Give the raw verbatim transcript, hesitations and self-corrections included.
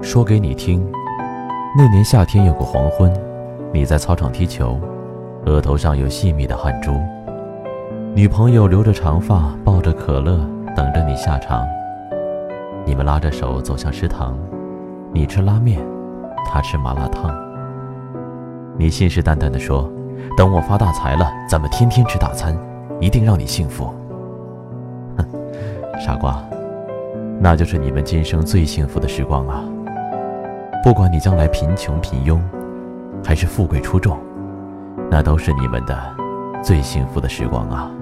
说给你听，那年夏天有个黄昏，你在操场踢球，额头上有细密的汗珠，女朋友留着长发，抱着可乐等着你下场。你们拉着手走向食堂，你吃拉面，她吃麻辣烫。你信誓旦旦地说，等我发大财了，咱们天天吃大餐，一定让你幸福。哼，傻瓜，那就是你们今生最幸福的时光啊！不管你将来贫穷平庸，还是富贵出众，那都是你们的最幸福的时光啊！